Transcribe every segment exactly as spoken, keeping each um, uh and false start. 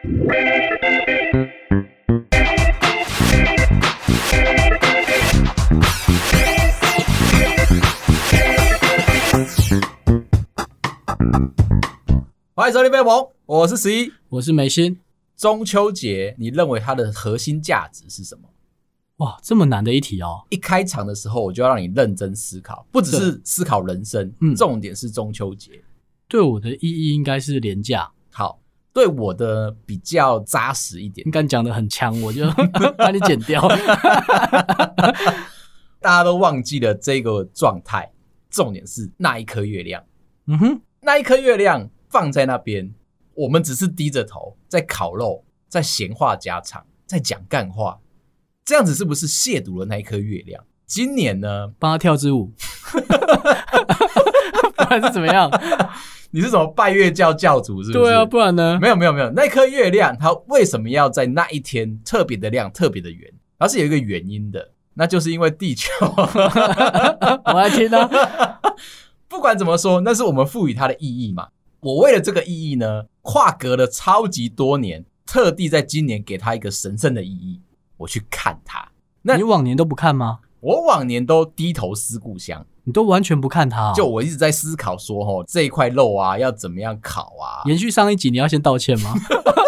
欢迎收听飞鹏，我是十一， 我是梅心。 中秋节，你认为它的核心价值是什么？ 哇，这么难的一题哦！ 一开场的时候，我就要让你认真思考，不只是思考人生，嗯、重点是中秋节。 对我的意义应该是连假。 好，对我的比较扎实一点。 你刚讲得很强，我就把你剪掉。 大家都忘记了这个状态，重点是那一颗月亮。 嗯哼， 那一颗月亮放在那边，我们只是低着头在烤肉，在闲话家常，在讲干话，这样子是不是亵渎了那一颗月亮？今年呢， 帮他跳支舞，不然是怎么样？ 你是什么拜月教教主是不是？ 对啊，不然呢？ 没有没有没有，那颗月亮它为什么要在那一天特别的亮、特别的圆？它是有一个原因的，那就是因为地球。 我来听啊。 不管怎么说，那是我们赋予它的意义嘛。我为了这个意义呢，跨隔了超级多年，特地在今年给它一个神圣的意义，我去看它。那你往年都不看吗？ 我往年都低头思故乡， 你都完全不看它、哦。 就我一直在思考说，吼这一块肉啊，要怎么样烤啊？ 延续上一集，你要先道歉吗？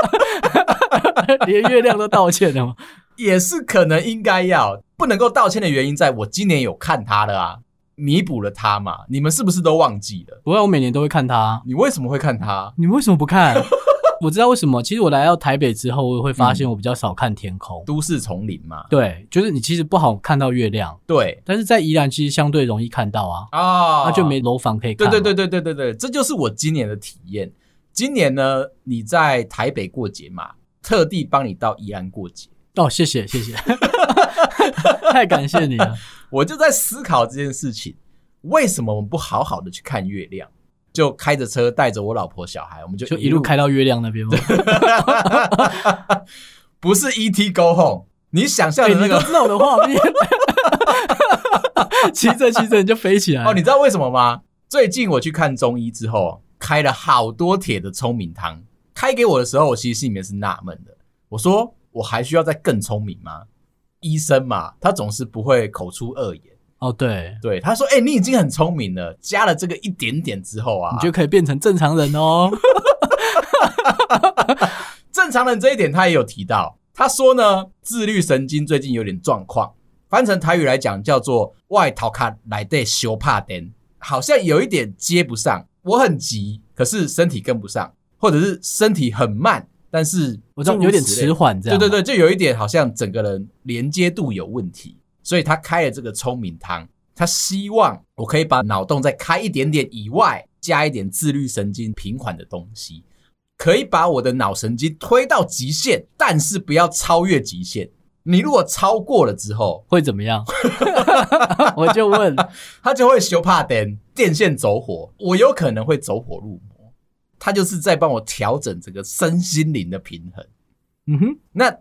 连月亮都道歉了吗？ 也是可能应该要，不能够道歉的原因在我今年有看它了啊。弥补了它嘛？你们是不是都忘记了？ 不会，我每年都会看它。 你为什么会看它？ 你为什么不看？我知道为什么。其实我来到台北之后，我会发现我比较少看天空。 嗯、都市丛林嘛。 对，就是你其实不好看到月亮。 对， 但是在宜兰其实相对容易看到啊。 啊， 那就没楼房可以看。 对对对对对对对，这就是我今年的体验。今年呢，你在台北过节嘛，特地帮你到宜兰过节。 哦，谢谢谢谢，太感谢你了。 我就在思考这件事情。为什么我们不好好的去看月亮？就开着车带着我老婆小孩，我们就 一, 就一路开到月亮那边吗？ 不是 E T Go Home， 你想象的那个、 欸、你都知道我的画面，骑着骑着你就飞起来。 哦，你知道为什么吗？最近我去看中医之后，开了好多帖的聪明汤，开给我的时候，我其实心里面是纳闷的。我说，我还需要再更聪明吗？医生嘛，他总是不会口出恶言。 哦，对对，他说：“哎、欸，你已经很聪明了，加了这个一点点之后啊， 你就可以变成正常人哦。” 正常人这一点他也有提到，他说呢，自律神经最近有点状况，翻成台语来讲叫做“外头卡来得修怕灯”，好像有一点接不上。我很急，可是身体跟不上，或者是身体很慢，但是我有点迟缓，这样。 对对对，就有一点好像整个人连接度有问题。所以他开了这个聪明汤，他希望我可以把脑洞再开一点点以外，加一点自律神经平缓的东西，可以把我的脑神经推到极限，但是不要超越极限。你如果超过了之后会怎么样？我就问， 他就会修怕电，电线走火，我有可能会走火入魔。他就是在帮我调整这个身心灵的平衡。嗯哼，那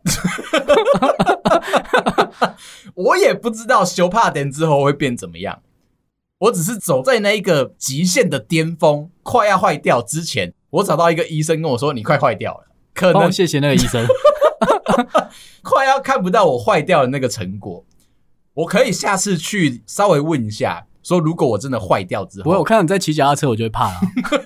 我也不知道修怕点之后会变怎么样，我只是走在那一个极限的巅峰，快要坏掉之前，我找到一个医生跟我说：“你快坏掉了。”可能、 哦、谢谢那个医生， 快要看不到我坏掉的那个成果。我可以下次去稍微问一下，说如果我真的坏掉之后， 不会，我看到你在骑脚踏车，我就会怕了。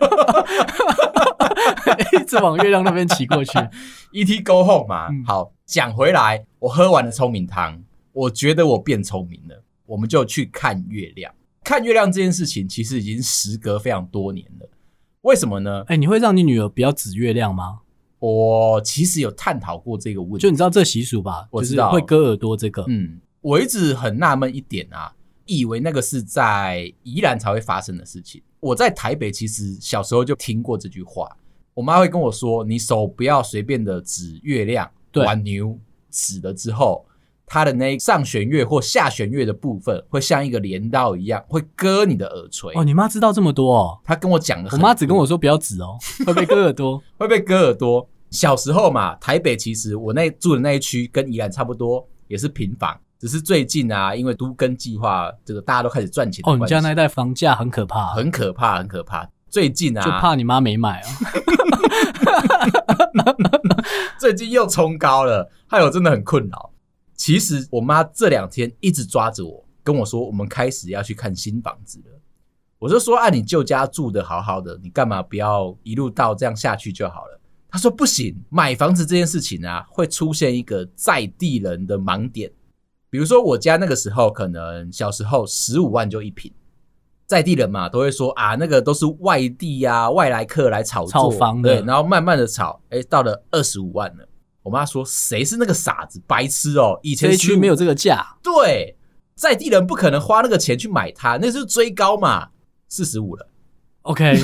一直往月亮那边骑过去 E T Go Home 嘛、嗯、好，讲回来，我喝完了聪明汤，我觉得我变聪明了，我们就去看月亮。看月亮这件事情其实已经时隔非常多年了，为什么呢？ 哎、欸，你会让你女儿不要指月亮吗？ 我其实有探讨过这个问题， 就你知道这习俗吧？ 我知道， 就是会割耳朵这个。 嗯，我一直很纳闷一点啊，以为那个是在宜兰才会发生的事情。我在台北其实小时候就听过这句话，我妈会跟我说，你手不要随便的指月亮，玩牛，指了之后，它的那上弦月或下弦月的部分会像一个镰刀一样，会割你的耳垂。 哦，你妈知道这么多哦？ 她跟我讲的， 我妈只跟我说不要指哦，会被割耳朵， 会被割耳朵。小时候嘛，台北其实我那住的那一区跟宜兰差不多，也是平房，只是最近啊，因为都更计划，这个大家都开始赚钱的关系。 哦，你家那一带房价很可怕， 很可怕，很可怕。最近啊， 就怕你妈没买啊。 金又冲高了，害我真的很困扰。其实我妈这两天一直抓着我，跟我说我们开始要去看新房子了。我就说啊，你旧家住得好好的，你干嘛不要一路到这样下去就好了？她说不行，买房子这件事情啊，会出现一个在地人的盲点。比如说我家那个时候可能小时候十五万就一坪，在地人嘛都会说啊，那个都是外地啊外来客来炒作炒房的， 对，然后慢慢的炒，哎，到了二十五万了。我妈说谁是那个傻子白痴哦，以前这一区没有这个价， 对，在地人不可能花那个钱去买它，那就是追高嘛。四十五了 OK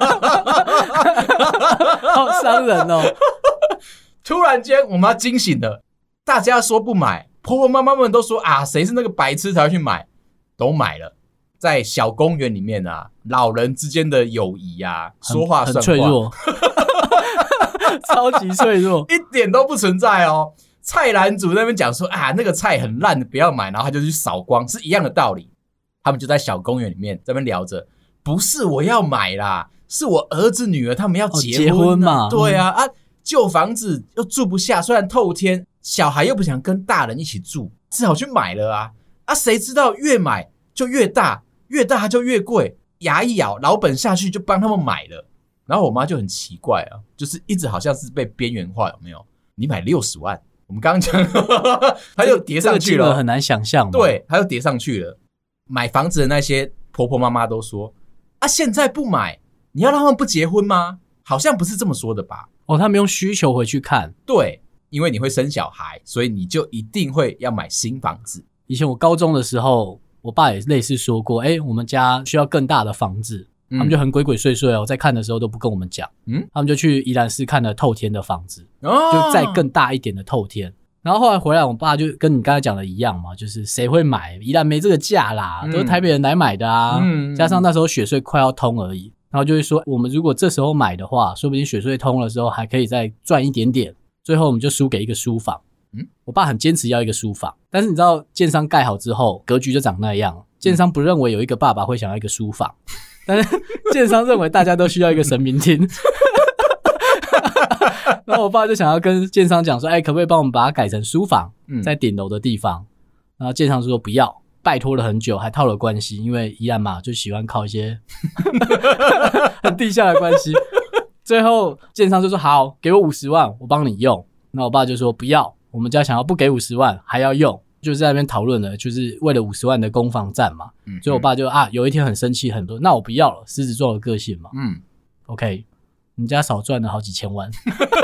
好伤人哦。 突然间我妈惊醒了，大家说不买，婆婆妈妈们都说啊，谁是那个白痴才会去买，都买了。在小公园里面啊，老人之间的友谊啊，说话算话， 很脆弱超级脆弱， 一点都不存在哦。菜篮族那边讲说啊，那个菜很烂的不要买，然后他就去扫光，是一样的道理。他们就在小公园里面在那边聊着，不是我要买啦，是我儿子女儿他们要结 婚,、啊哦、结婚嘛， 对啊、嗯、啊，旧房子又住不下，虽然透天，小孩又不想跟大人一起住，只好去买了啊啊！谁知道越买就越大，越大它就越贵，牙一咬，老本下去就帮他们买了。然后我妈就很奇怪啊，就是一直好像是被边缘化，有没有？你买六十万，我们刚刚讲，他又叠上去了， 这个很难想象。 对，他又叠上去了。买房子的那些婆婆妈妈都说啊，现在不买，你要让他们不结婚吗？好像不是这么说的吧？ 哦，他们用需求回去看。 对，因为你会生小孩，所以你就一定会要买新房子。 以前我高中的时候，我爸也类似说过，哎，我们家需要更大的房子。他们就很鬼鬼祟祟哦，在看的时候都不跟我们讲，嗯，他们就去宜兰市看了透天的房子，哦，就再更大一点的透天。然后后来回来，我爸就跟你刚才讲的一样嘛，就是谁会买？宜兰没这个价啦，嗯，都是台北人来买的啊，嗯，加上那时候雪隧快要通而已，然后就会说，我们如果这时候买的话，说不定雪隧通的时候还可以再赚一点点。最后我们就输给一个书房，嗯，我爸很坚持要一个书房，但是你知道建商盖好之后，格局就长那样，建商不认为有一个爸爸会想要一个书房。但是建商认为大家都需要一个神明厅然后我爸就想要跟建商讲说，哎，可不可以帮我们把它改成书房，在顶楼的地方。然后建商说不要，拜托了很久，还套了关系，因为宜兰嘛就喜欢靠一些很地下的关系。最后建商就说好，给我五十万我帮你用。那我爸就说不要，我们家想要不给五十万还要用，就是在那边讨论了，就是为了五十万的攻防战嘛。嗯，所以我爸就啊，有一天很生气，很多，那我不要了，狮子座的个性嘛。嗯 ，OK， 你家少赚了好几千万，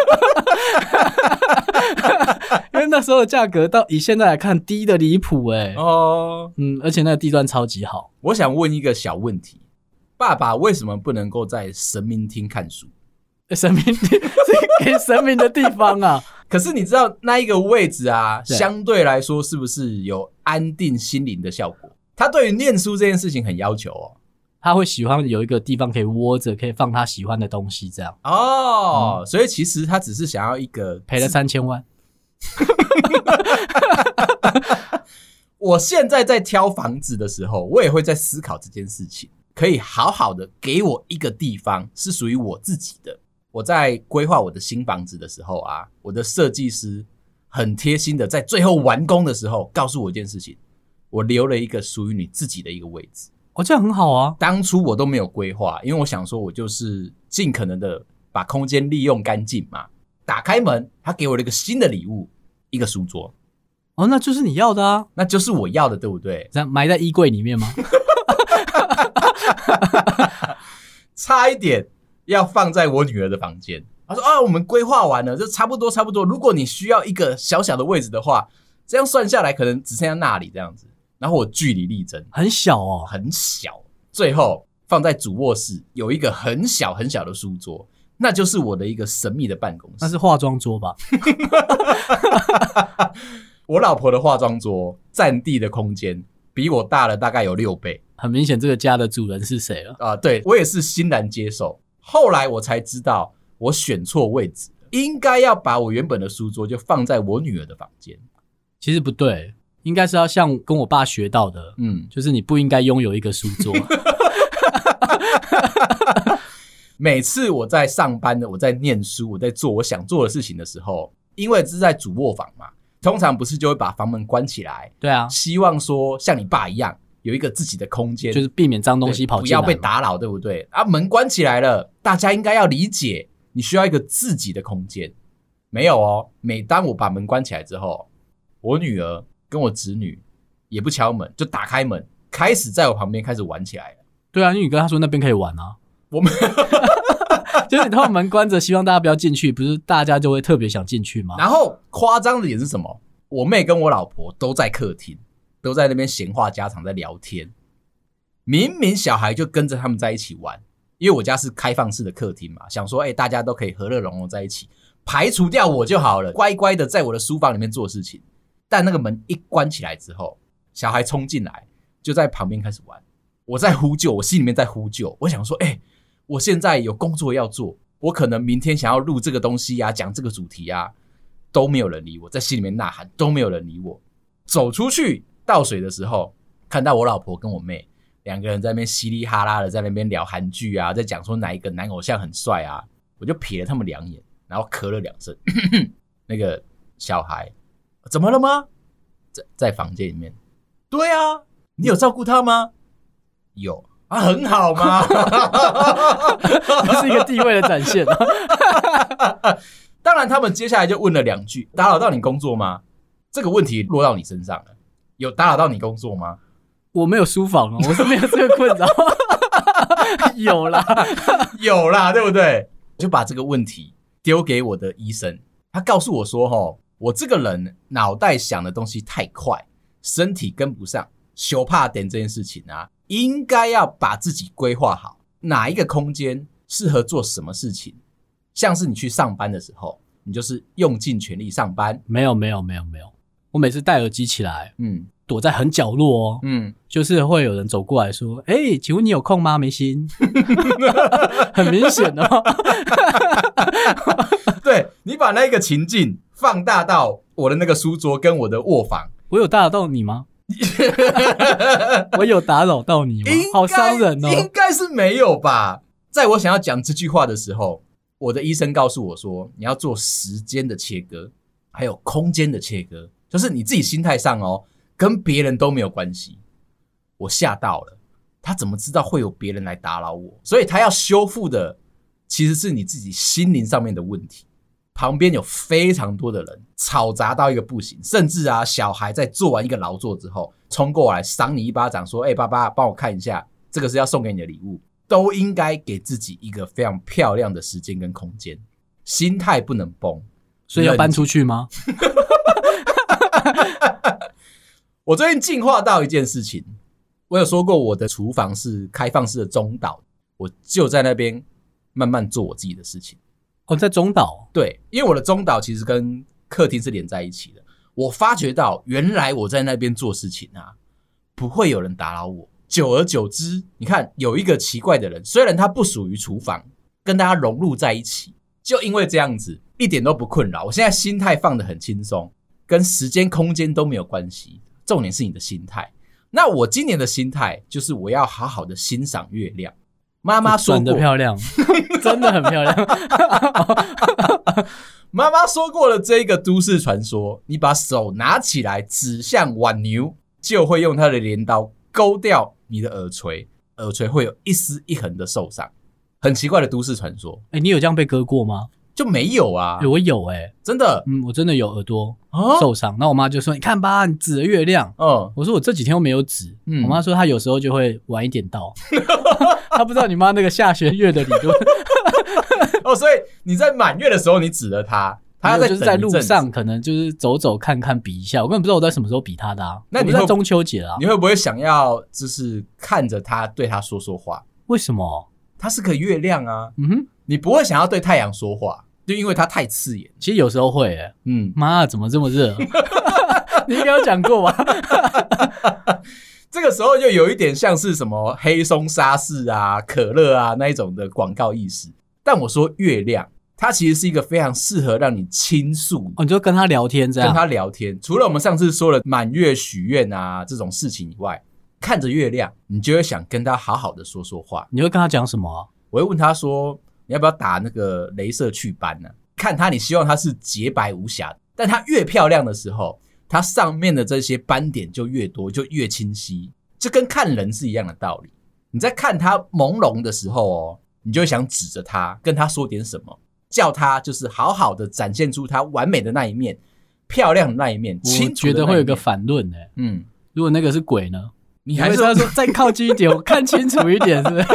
因为那时候的价格到以现在来看低的离谱哎。哦，嗯，而且那个地段超级好。 我想问一个小问题，爸爸为什么不能够在神明厅看书？ 神明厅是给神明的地方啊。 可是你知道那一个位置啊，相对来说是不是有安定心灵的效果？他对于念书这件事情很要求哦， 他会喜欢有一个地方可以窝着，可以放他喜欢的东西，这样哦、嗯。所以其实他只是想要一个赔了三千万。 我现在在挑房子的时候，我也会在思考这件事情，可以好好的给我一个地方是属于我自己的。我在规划我的新房子的时候啊，我的设计师很贴心的在最后完工的时候告诉我一件事情，我留了一个属于你自己的一个位置。 哦，这样很好啊。 当初我都没有规划，因为我想说我就是尽可能的把空间利用干净嘛。打开门，他给我了一个新的礼物，一个书桌。 哦，那就是你要的啊。 那就是我要的，对不对？ 这样埋在衣柜里面吗？ 差一点要放在我女儿的房间。她说啊，我们规划完了，这差不多差不多。如果你需要一个小小的位置的话，这样算下来可能只剩下那里这样子。然后我据理力争， 很小哦， 很小。最后放在主卧室有一个很小很小的书桌，那就是我的一个神秘的办公室。 那是化妆桌吧？ 我老婆的化妆桌占地的空间比我大了大概有六倍。 很明显这个家的主人是谁了啊、呃？对，我也是欣然接受。后来我才知道我选错位置，应该要把我原本的书桌就放在我女儿的房间。 其实不对，应该是要像跟我爸学到的，嗯，就是你不应该拥有一个书桌。 每次我在上班的，我在念书，我在做我想做的事情的时候， 因为是在主卧房嘛，通常不是就会把房门关起来， 对啊， 希望说像你爸一样有一个自己的空间， 就是避免脏东西跑进来， 不要被打扰，对不对？啊，门关起来了，大家应该要理解，你需要一个自己的空间。没有哦，每当我把门关起来之后，我女儿跟我侄女也不敲门，就打开门，开始在我旁边开始玩起来了。对啊，因为你跟她说那边可以玩啊， 我们就是你通常门关着，希望大家不要进去，不是大家就会特别想进去吗？ 然后夸张的点是什么？我妹跟我老婆都在客厅，都在那边闲话家常，在聊天。明明小孩就跟着他们在一起玩，因为我家是开放式的客厅嘛，想说，哎、欸，大家都可以和乐融融在一起。排除掉我就好了，乖乖的在我的书房里面做事情。但那个门一关起来之后，小孩冲进来，就在旁边开始玩。我在呼救，我心里面在呼救。我想说，哎、欸，我现在有工作要做，我可能明天想要录这个东西啊，讲这个主题啊，都没有人理我，在心里面呐喊，都没有人理我。走出去倒水的时候，看到我老婆跟我妹两个人在那边稀里哈啦的在那边聊韩剧啊，在讲说哪一个男偶像很帅啊，我就瞥了他们两眼。然后咳了两声，那个小孩怎么了吗？在在房间里面。对啊，你有照顾他吗？有啊，很好吗？ 这是一个地位的展现、啊。 当然，他们接下来就问了两句：打扰到你工作吗？这个问题落到你身上了，有打扰到你工作吗？ 我没有书房哦，我是没有这个困扰。有啦， 有啦，对不对？就把这个问题丢给我的医生，他告诉我说齁，我这个人脑袋想的东西太快，身体跟不上，羞怕点这件事情啊，应该要把自己规划好，哪一个空间适合做什么事情。像是你去上班的时候，你就是用尽全力上班。 没有没有没有没有，我每次戴耳机起来，嗯，躲在很角落哦，嗯，就是会有人走过来说，哎、欸，请问你有空吗？梅心，很明显哦。 对，你把那个情境放大到我的那个书桌跟我的卧房， 我有打扰到你吗？我有打扰到你吗？好伤人哦。 应该是没有吧。在我想要讲这句话的时候，我的医生告诉我说，你要做时间的切割，还有空间的切割，就是你自己心态上哦，跟别人都没有关系。我吓到了，他怎么知道会有别人来打扰我？所以他要修复的其实是你自己心灵上面的问题。旁边有非常多的人吵杂到一个不行，甚至啊，小孩在做完一个劳作之后冲过来赏你一巴掌说，哎、欸，爸爸帮我看一下，这个是要送给你的礼物。都应该给自己一个非常漂亮的时间跟空间，心态不能崩。 所以要搬出去吗？ 我最近进化到一件事情，我有说过我的厨房是开放式的中岛，我就在那边慢慢做我自己的事情。 哦，在中岛？ 对，因为我的中岛其实跟客厅是连在一起的。我发觉到原来我在那边做事情啊，不会有人打扰我。久而久之，你看有一个奇怪的人，虽然他不属于厨房，跟大家融入在一起，就因为这样子一点都不困扰。我现在心态放得很轻松，跟时间空间都没有关系，重点是你的心态。那我今年的心态就是我要好好的欣赏月亮。妈妈说过， 转得漂亮，真的很漂亮。 妈妈说过了这个都市传说，你把手拿起来指向挽牛，就会用它的镰刀勾掉你的耳垂，耳垂会有一丝一痕的受伤。很奇怪的都市传说。 哎、欸，你有这样被割过吗？ 就没有啊。 欸、我有哎、欸， 真的， 嗯，我真的有耳朵受伤。然后我妈就说：“你看吧，你指了月亮。”嗯，我说我这几天都没有指。嗯，我妈说她有时候就会晚一点到，她不知道你妈那个下弦月的理论。 哦，所以你在满月的时候你指了她。他要在就是在路上，可能就是走走看看比一下，我根本不知道我在什么时候比他的啊。那你在中秋节啊？ 你会不会想要就是看着他对他说说话？ 为什么？ 他是个月亮啊。嗯哼，你不会想要对太阳说话，就因为他太刺眼。 其实有时候会、欸，嗯，妈，怎么这么热？你应该有讲过吧？ 这个时候就有一点像是什么黑松沙士啊、可乐啊那一种的广告意识。但我说月亮。它其实是一个非常适合让你倾诉哦，你就跟他聊天这样， 跟他聊天。除了我们上次说的满月许愿啊这种事情以外，看着月亮，你就会想跟他好好的说说话。 你会跟他讲什么、啊？ 我会问他说：“你要不要打那个雷射祛斑呢、啊？” 看它，你希望它是洁白无瑕，但它越漂亮的时候，它上面的这些斑点就越多，就越清晰，就跟看人是一样的道理。你在看它朦胧的时候哦，你就会想指着它，跟它说点什么，叫它就是好好的展现出它完美的那一面，漂亮的那一面，清楚的那一面。 我觉得会有个反论诶、欸，嗯，如果那个是鬼呢？你还是要说再靠近一点，我看清楚一点，是不是？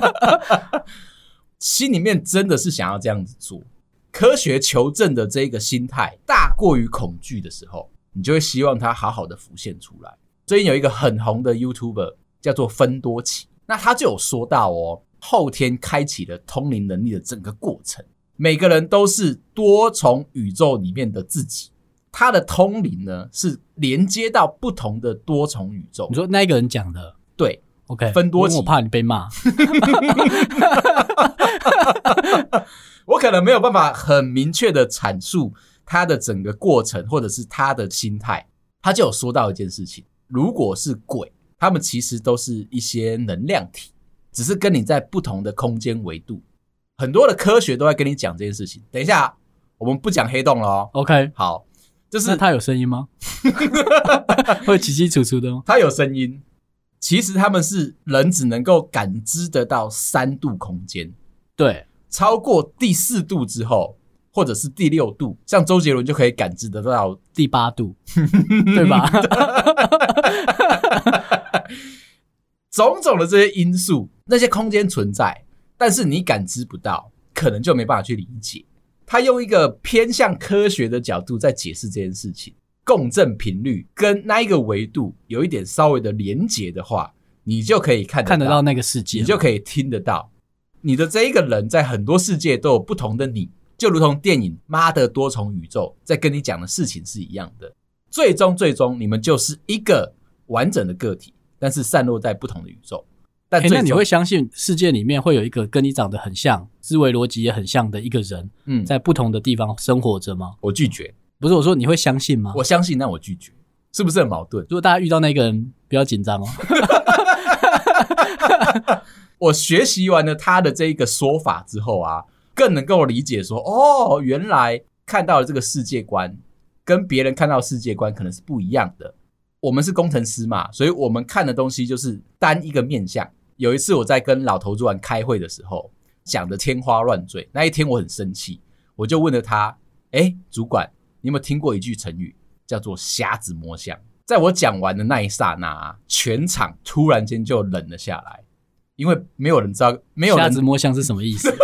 心里面真的是想要这样子做，科学求证的这个心态大过于恐惧的时候，你就会希望它好好的浮现出来。最近有一个很红的 YouTuber 叫做芬多奇，那他就有说到哦，后天开启了通灵能力的整个过程，每个人都是多重宇宙里面的自己，他的通灵呢是连接到不同的多重宇宙。 你说那一个人讲的？ 对 ，OK， 芬多奇， 我怕你被骂。 我可能没有办法很明确的阐述他的整个过程，或者是他的心态。他就有说到一件事情，如果是鬼，他们其实都是一些能量体，只是跟你在不同的空间维度。很多的科学都在跟你讲这件事情。等一下，我们不讲黑洞了哦。 OK， 好，就是那他有声音吗？会起起楚楚的吗？ 他有声音。其实他们是人只能够感知得到三度空间， 对， 超过第四度之后，或者是第六度，像周杰伦就可以感知得到第八度，对吧？ 种种的这些因素，那些空间存在，但是你感知不到，可能就没办法去理解。他用一个偏向科学的角度在解释这件事情。共振频率跟那一个维度有一点稍微的连结的话，你就可以看得到， 看得到那个世界， 你就可以听得到。你的这一个人在很多世界都有不同的你，就如同电影《妈的多重宇宙》在跟你讲的事情是一样的。最终最终你们就是一个完整的个体，但是散落在不同的宇宙。但最终、欸、 那你会相信世界里面会有一个跟你长得很像，思维逻辑也很像的一个人、嗯、在不同的地方生活着吗？ 我拒绝。 不是我说你会相信吗？ 我相信，但我拒绝，是不是很矛盾？ 如果大家遇到那个人，不要紧张哦。 我学习完了他的这一个说法之后啊，更能够理解说，哦，原来看到的这个世界观跟别人看到的世界观可能是不一样的。我们是工程师嘛，所以我们看的东西就是单一个面向。有一次我在跟老头主管开会的时候，讲的天花乱坠，那一天我很生气，我就问了他，诶，主管，你有没有听过一句成语叫做瞎子摸象？在我讲完的那一刹那、啊、全场突然间就冷了下来，因为没有人知道，没有人瞎子摸象是什么意思？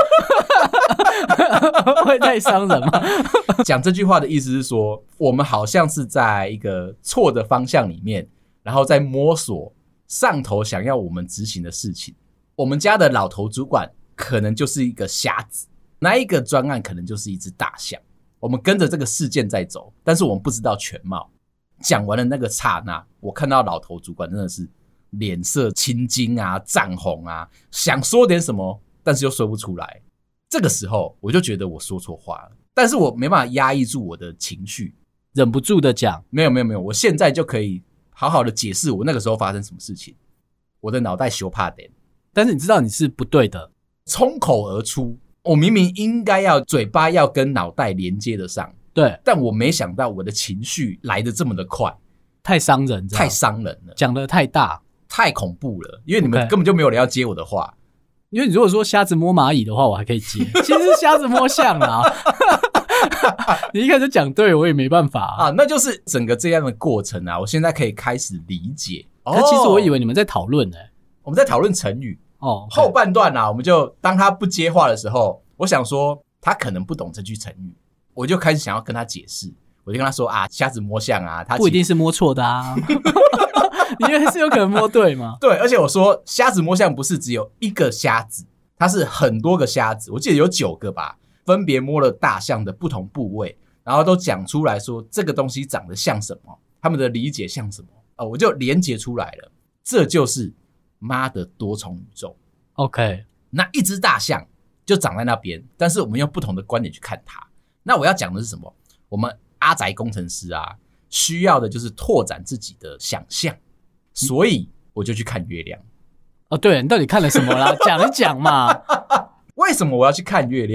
会太伤人吗？ 讲这句话的意思是说，我们好像是在一个错的方向里面，然后在摸索上头想要我们执行的事情。我们家的老头主管可能就是一个瞎子，那一个专案可能就是一只大象。我们跟着这个事件在走，但是我们不知道全貌。讲完了那个刹那，我看到老头主管真的是脸色青筋啊，涨红啊，想说点什么，但是又说不出来。这个时候我就觉得我说错话了，但是我没办法压抑住我的情绪， 忍不住的讲， 没有没有没有，我现在就可以好好的解释我那个时候发生什么事情。我的脑袋羞怕点， 但是你知道你是不对的， 冲口而出。我明明应该要嘴巴要跟脑袋连接得上， 对， 但我没想到我的情绪来得这么的快， 太伤人， 太伤人了， 讲得太大， 太恐怖了。因为你们根本就没有人要接我的话。 因为你如果说瞎子摸蚂蚁的话，我还可以接，其实是瞎子摸象啊。你一开始讲对，我也没办法 啊, 啊，那就是整个这样的过程啊。我现在可以开始理解。 可其实我以为你们在讨论呢， 我们在讨论成语。 哦， okay. 后半段啊，我们就当他不接话的时候，我想说他可能不懂这句成语，我就开始想要跟他解释。我就跟他说啊，瞎子摸象啊，他不一定是摸错的啊。你以为是有可能摸对吗？ 对，而且我说瞎子摸象不是只有一个瞎子，它是很多个瞎子，我记得有九个吧，分别摸了大象的不同部位，然后都讲出来说这个东西长得像什么，他们的理解像什么、呃、我就连结出来了，这就是妈的多重宇宙。 OK， 那一只大象就长在那边，但是我们用不同的观点去看它。那我要讲的是什么？我们阿宅工程师啊，需要的就是拓展自己的想象，所以我就去看月亮。 哦，对，你到底看了什么啦？讲一讲嘛。 为什么我要去看月亮？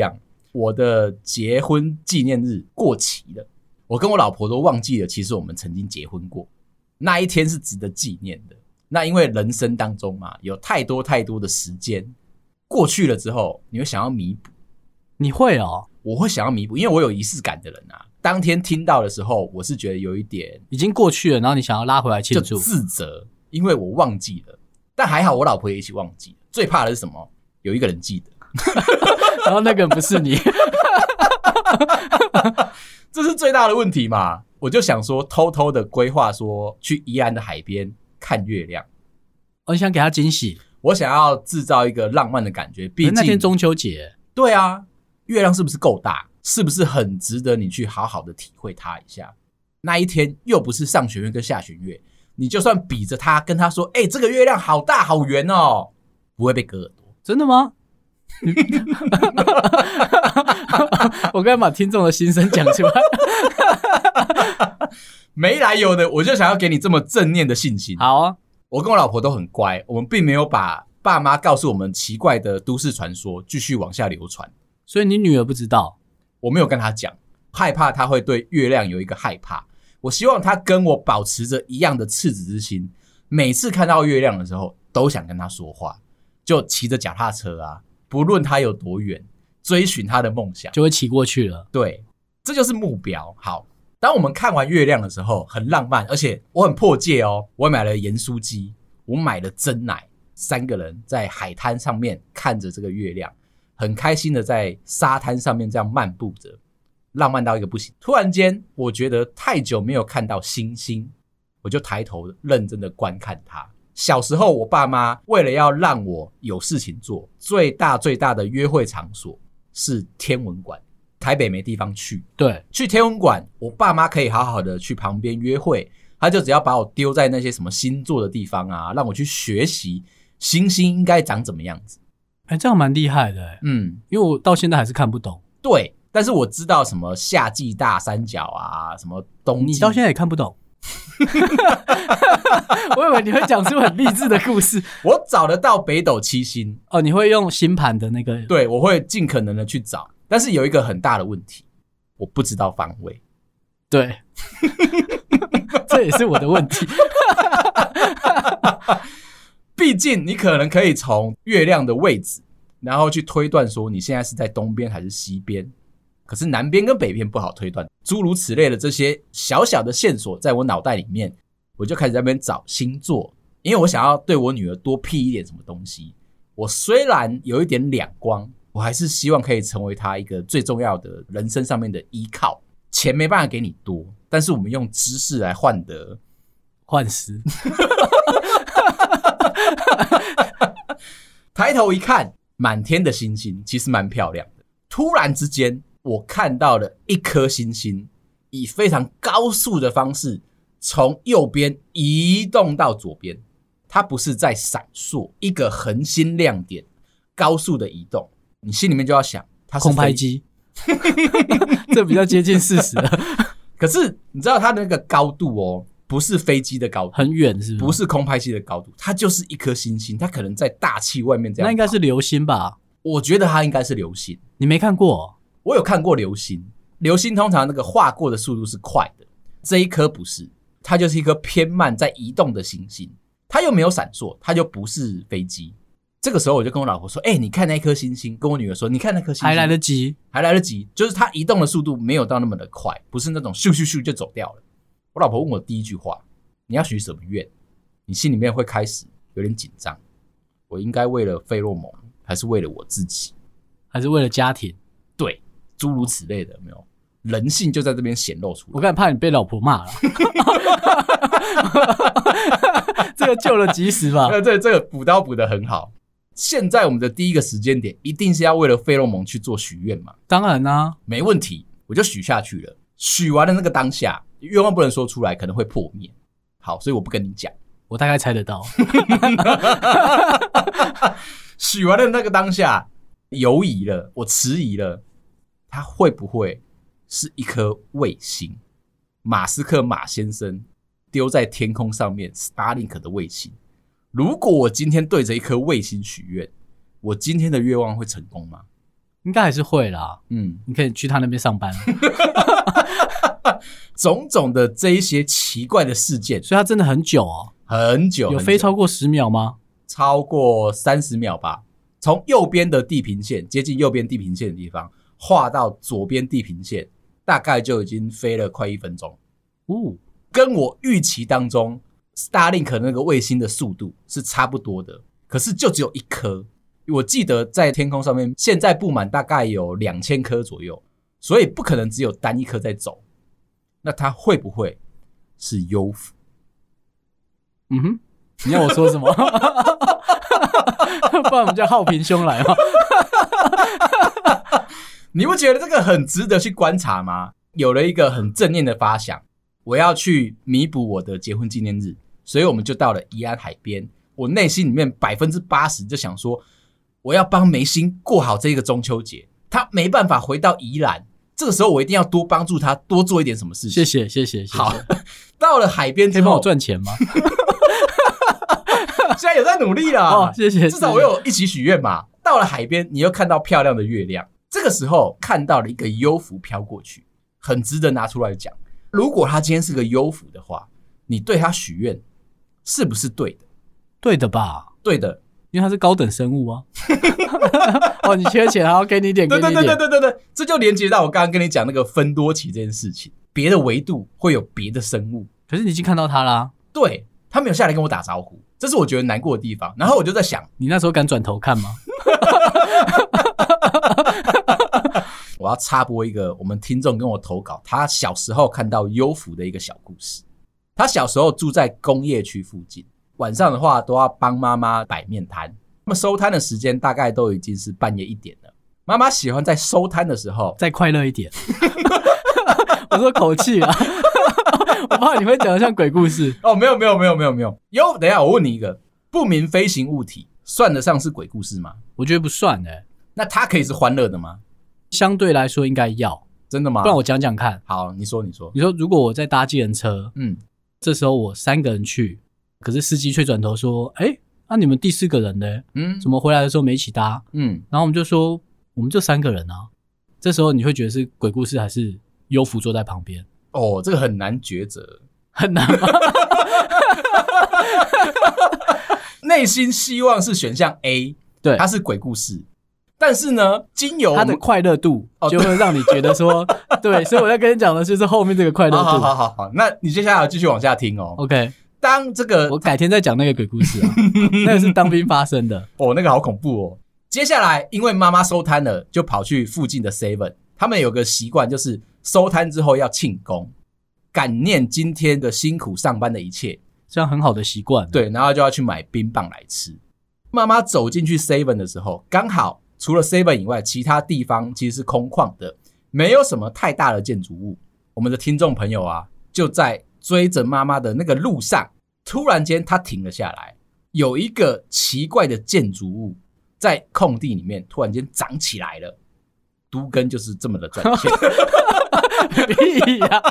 我的结婚纪念日过期了，我跟我老婆都忘记了，其实我们曾经结婚过，那一天是值得纪念的。那因为人生当中嘛，有太多太多的时间过去了之后，你会想要弥补。 你会哦？ 我会想要弥补，因为我有仪式感的人啊。当天听到的时候，我是觉得有一点已经过去了，然后你想要拉回来庆祝， 就自责，因为我忘记了。但还好，我老婆也一起忘记了。最怕的是什么？有一个人记得， 然后那个人不是你， 这是最大的问题嘛？我就想说，偷偷的规划说去宜兰的海边看月亮。 我、哦、想给他惊喜， 我想要制造一个浪漫的感觉。毕竟那天中秋节， 对啊，月亮是不是够大？是不是很值得你去好好的体会它一下？那一天又不是上弦月跟下弦月，你就算比着它跟他说：“哎、欸，这个月亮好大好圆哦”，不会被割耳朵。 真的吗？我刚才把听众的心声讲出来， 没来由的，我就想要给你这么正念的信心。 好啊， 我跟我老婆都很乖，我们并没有把爸妈告诉我们奇怪的都市传说继续往下流传。 所以你女儿不知道？ 我没有跟她讲，害怕她会对月亮有一个害怕。我希望她跟我保持着一样的赤子之心，每次看到月亮的时候都想跟她说话，就骑着脚踏车啊，不论她有多远，追寻她的梦想， 就会骑过去了。 对，这就是目标。好，当我们看完月亮的时候，很浪漫，而且我很迫切哦，我买了盐酥鸡，我买了珍奶，三个人在海滩上面看着这个月亮，很开心的在沙滩上面这样漫步着，浪漫到一个不行。突然间，我觉得太久没有看到星星，我就抬头认真的观看它。小时候，我爸妈为了要让我有事情做，最大最大的约会场所是天文馆。台北没地方去， 对， 去天文馆，我爸妈可以好好的去旁边约会，他就只要把我丢在那些什么星座的地方啊，让我去学习星星应该长怎么样子。 哎、欸，这样蛮厉害的，嗯，因为我到现在还是看不懂。 对，但是我知道什么夏季大三角啊，什么冬季， 你到现在也看不懂。我以为你会讲出很励志的故事。 我找得到北斗七星哦，你会用星盘的那个？ 对，我会尽可能的去找，但是有一个很大的问题，我不知道方位。 对，这也是我的问题。 毕竟你可能可以从月亮的位置，然后去推断说你现在是在东边还是西边，可是南边跟北边不好推断，诸如此类的这些小小的线索在我脑袋里面，我就开始在那边找星座，因为我想要对我女儿多辟一点什么东西。我虽然有一点两光，我还是希望可以成为她一个最重要的人生上面的依靠。钱没办法给你多，但是我们用知识来换得换食。 抬头一看，满天的星星，其实蛮漂亮的。突然之间，我看到了一颗星星，以非常高速的方式从右边移动到左边。它不是在闪烁，一个恒星亮点，高速的移动。你心里面就要想，它是空拍机。这比较接近事实了。 可是你知道它的那个高度哦，不是飞机的高度， 很远是不是？ 不是空拍机的高度，它就是一颗星星，它可能在大气外面这样。 那应该是流星吧？ 我觉得它应该是流星。 你没看过哦？ 我有看过流星，流星通常那个划过的速度是快的，这一颗不是，它就是一颗偏慢在移动的星星，它又没有闪烁，它就不是飞机。这个时候我就跟我老婆说：“哎、欸，你看那颗星星。”跟我女儿说：“你看那颗星星。”还来得及， 还来得及，就是它移动的速度没有到那么的快，不是那种咻咻咻就走掉了。我老婆问我第一句话：“你要许什么愿？”你心里面会开始有点紧张。我应该为了费洛蒙，还是为了我自己， 还是为了家庭？ 对，诸如此类的，有没有？人性就在这边显露出来。 我刚才怕你被老婆骂了。这个救了及时吧？ 这这个补刀补得很好。现在我们的第一个时间点，一定是要为了费洛蒙去做许愿嘛？ 当然啦、啊， 没问题，我就许下去了。许完的那个当下，愿望不能说出来，可能会破灭。好，所以我不跟你讲。 我大概猜得到。 许完的那个当下，犹疑了，我迟疑了，它会不会是一颗卫星？马斯克马先生丢在天空上面 Starlink 的卫星。如果我今天对着一颗卫星许愿，我今天的愿望会成功吗？ 应该还是会啦。嗯，你可以去他那边上班。 种种的这一些奇怪的事件， 所以他真的很久哦， 很久， 有飞超过十秒吗？ 超过三十秒吧。从右边的地平线接近右边地平线的地方画到左边地平线，大概就已经飞了快一分钟。哦，跟我预期当中 Starlink 那个卫星的速度是差不多的，可是就只有一颗。我记得在天空上面现在布满大概有两千颗左右，所以不可能只有单一颗在走。那它会不会是幽浮？ 嗯哼，你要我说什么？不然我们叫浩平兄来吗？ 你不觉得这个很值得去观察吗？有了一个很正念的发想，我要去弥补我的结婚纪念日，所以我们就到了宜兰海边。我内心里面 百分之八十 就想说，我要帮梅心过好这个中秋节，他没办法回到宜兰，这个时候我一定要多帮助他，多做一点什么事情。 谢谢谢谢谢谢。 好，到了海边之后， 可以帮我赚钱吗？ 现在有在努力啦。 哦，谢谢。 至少我有一起许愿嘛。到了海边，你又看到漂亮的月亮，这个时候看到了一个幽浮飘过去，很值得拿出来讲。如果他今天是个幽浮的话，你对他许愿是不是对的？ 对的吧？ 对的， 因为他是高等生物啊。哦，你缺钱，好，给你一点，给你一点。 对对对对对对，这就连接到我刚刚跟你讲那个分多奇这件事情。别的维度会有别的生物， 可是你已经看到他啦。 对，他没有下来跟我打招呼，这是我觉得难过的地方。然后我就在想， 你那时候敢转头看吗？ 我要插播一个我们听众跟我投稿他小时候看到幽浮的一个小故事。他小时候住在工业区附近，晚上的话都要帮妈妈摆面摊，那么收摊的时间大概都已经是半夜一点了。妈妈喜欢在收摊的时候再快乐一点。我说口气啊。我怕你会讲得像鬼故事。 哦，没有没有没有没有没有。有，等一下我问你一个，不明飞行物体算得上是鬼故事吗？ 我觉得不算欸。 那它可以是欢乐的吗？ 相对来说应该要。 真的吗？ 不然我讲讲看。 好，你说你说。 你说如果我在搭计程车，嗯，这时候我三个人去，可是司机却转头说，哎，那、啊、你们第四个人呢？嗯，怎么回来的时候没一起搭？嗯，然后我们就说我们就三个人啊。这时候你会觉得是鬼故事还是幽浮坐在旁边？ 哦，这个很难抉择。 很难吗？ 内心希望是选项 A， 对，它是鬼故事。但是呢，经由它的快乐度就会让你觉得说，哦、对，所以我在跟你讲的就是后面这个快乐度。 好好好好，那你接下来继续往下听哦。 OK， 当这个我改天再讲那个鬼故事啊，那个是当兵发生的。 哦，那个好恐怖哦。接下来，因为妈妈收摊了，就跑去附近的 seven。他们有个习惯，就是收摊之后要庆功，感念今天的辛苦上班的一切， 这样很好的习惯。 对，然后就要去买冰棒来吃。妈妈走进去 seven 的时候，刚好除了 seven 以外，其他地方其实是空旷的，没有什么太大的建筑物。我们的听众朋友啊，就在追着妈妈的那个路上，突然间他停了下来，有一个奇怪的建筑物在空地里面突然间长起来了。都根就是这么的赚钱。 屁呀！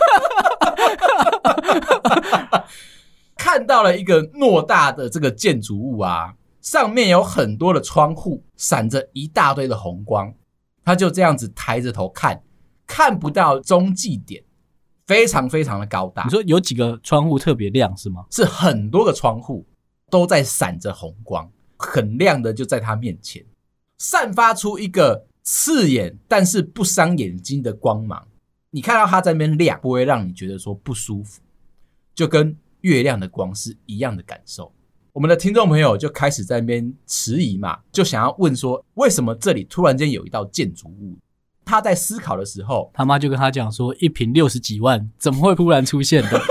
看到了一个偌大的这个建筑物啊，上面有很多的窗户，闪着一大堆的红光。他就这样子抬着头看，看不到中继点，非常非常的高大。 你说有几个窗户特别亮是吗？ 是很多个窗户都在闪着红光，很亮的就在他面前，散发出一个刺眼但是不伤眼睛的光芒。你看到它在那边亮，不会让你觉得说不舒服，就跟月亮的光是一样的感受。我们的听众朋友就开始在那边迟疑嘛，就想要问说为什么这里突然间有一道建筑物。他在思考的时候， 他妈就跟他讲说一坪六十几万怎么会突然出现的。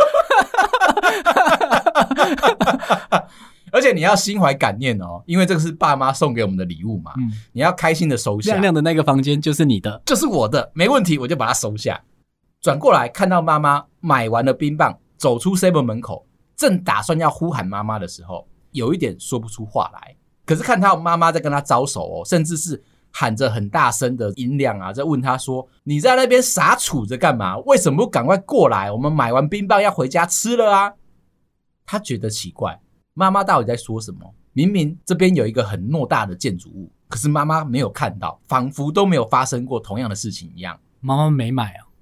而且你要心怀感念哦，因为这个是爸妈送给我们的礼物嘛，嗯、你要开心的收下。 亮亮的那个房间就是你的， 就是我的，没问题，我就把它收下。转过来看到妈妈买完了冰棒，走出 seven 门口，正打算要呼喊妈妈的时候，有一点说不出话来。可是看到妈妈在跟他招手哦，甚至是喊着很大声的音量啊，在问他说：“你在那边傻杵着干嘛？为什么不赶快过来？我们买完冰棒要回家吃了啊！”他觉得奇怪。妈妈到底在说什么？ 明明这边有一个很偌大的建筑物，可是妈妈没有看到，仿佛都没有发生过同样的事情一样。 妈妈没买啊。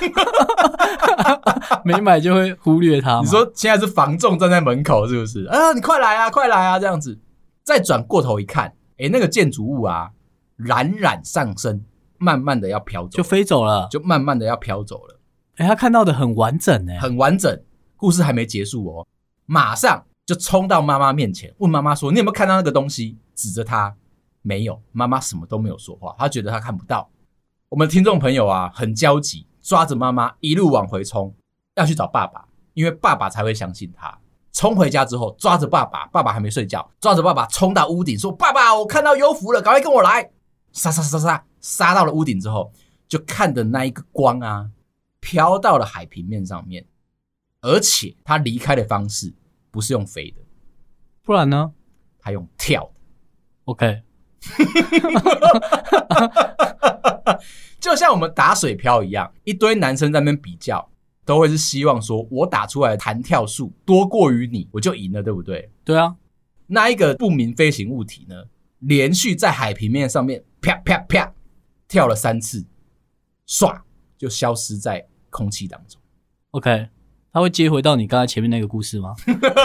没买就会忽略它。 你说现在是房仲站在门口是不是？啊，你快来啊，快来啊，这样子。再转过头一看，诶，那个建筑物啊，冉冉上升，慢慢的要飘走， 就飞走了， 就慢慢的要飘走了。 诶，他看到的很完整诶， 很完整。故事还没结束哦，马上就冲到妈妈面前，问妈妈说：“你有没有看到那个东西？”指着他，没有。妈妈什么都没有说话，她觉得她看不到。我们听众朋友啊，很焦急，抓着妈妈一路往回冲，要去找爸爸，因为爸爸才会相信他。冲回家之后，抓着爸爸，爸爸还没睡觉，抓着爸爸冲到屋顶，说：“爸爸，我看到幽浮了，赶快跟我来！”杀杀杀杀杀到了屋顶之后，就看着那一个光啊，飘到了海平面上面，而且他离开的方式不是用飞的， 不然呢？ 他用跳的。 OK， 就像我们打水漂一样，一堆男生在那边比较，都会是希望说，我打出来的弹跳数多过于你，我就赢了，对不对？ 对啊。 那一个不明飞行物体呢，连续在海平面上面啪啪啪跳了三次，唰就消失在空气当中。 OK， 他会接回到你刚才前面那个故事吗？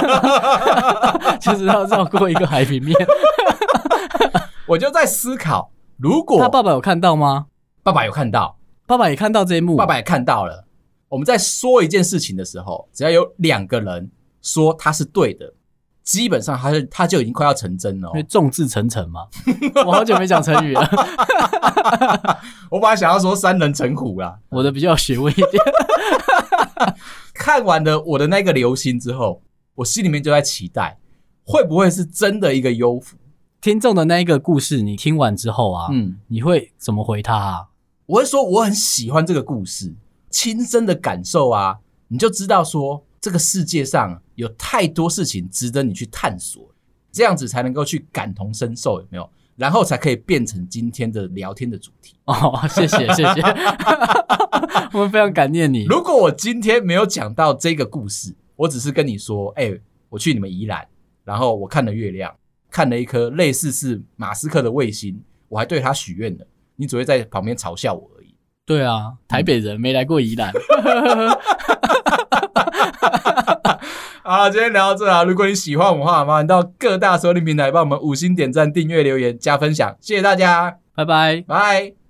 就是要绕过一个海平面。 我就在思考，如果他爸爸有看到吗？ 爸爸有看到， 爸爸也看到这一幕， 爸爸也看到了。我们在说一件事情的时候，只要有两个人说他是对的，基本上他就他就已经快要成真了、哦。 因为众志成城嘛。我好久没讲成语了。 我本来想要说三人成虎啦， 我的比较有学问一点。 看完了我的那个流星之后，我心里面就在期待，会不会是真的一个幽浮？ 听众的那一个故事，你听完之后啊，嗯，你会怎么回他啊？ 我会说我很喜欢这个故事，亲身的感受啊，你就知道说这个世界上有太多事情值得你去探索，这样子才能够去感同身受，有没有？然后才可以变成今天的聊天的主题。 哦，谢谢谢谢。我们非常感念你。 如果我今天没有讲到这个故事，我只是跟你说，哎、欸，我去你们宜兰，然后我看了月亮，看了一颗类似是马斯克的卫星，我还对他许愿了，你只会在旁边嘲笑我而已。 对啊，台北人、嗯、没来过宜兰。 好，今天聊到这啊！如果你喜欢我们的话，麻烦到各大收听平台帮我们五星点赞、订阅、留言、加分享，谢谢大家， 拜拜， 拜。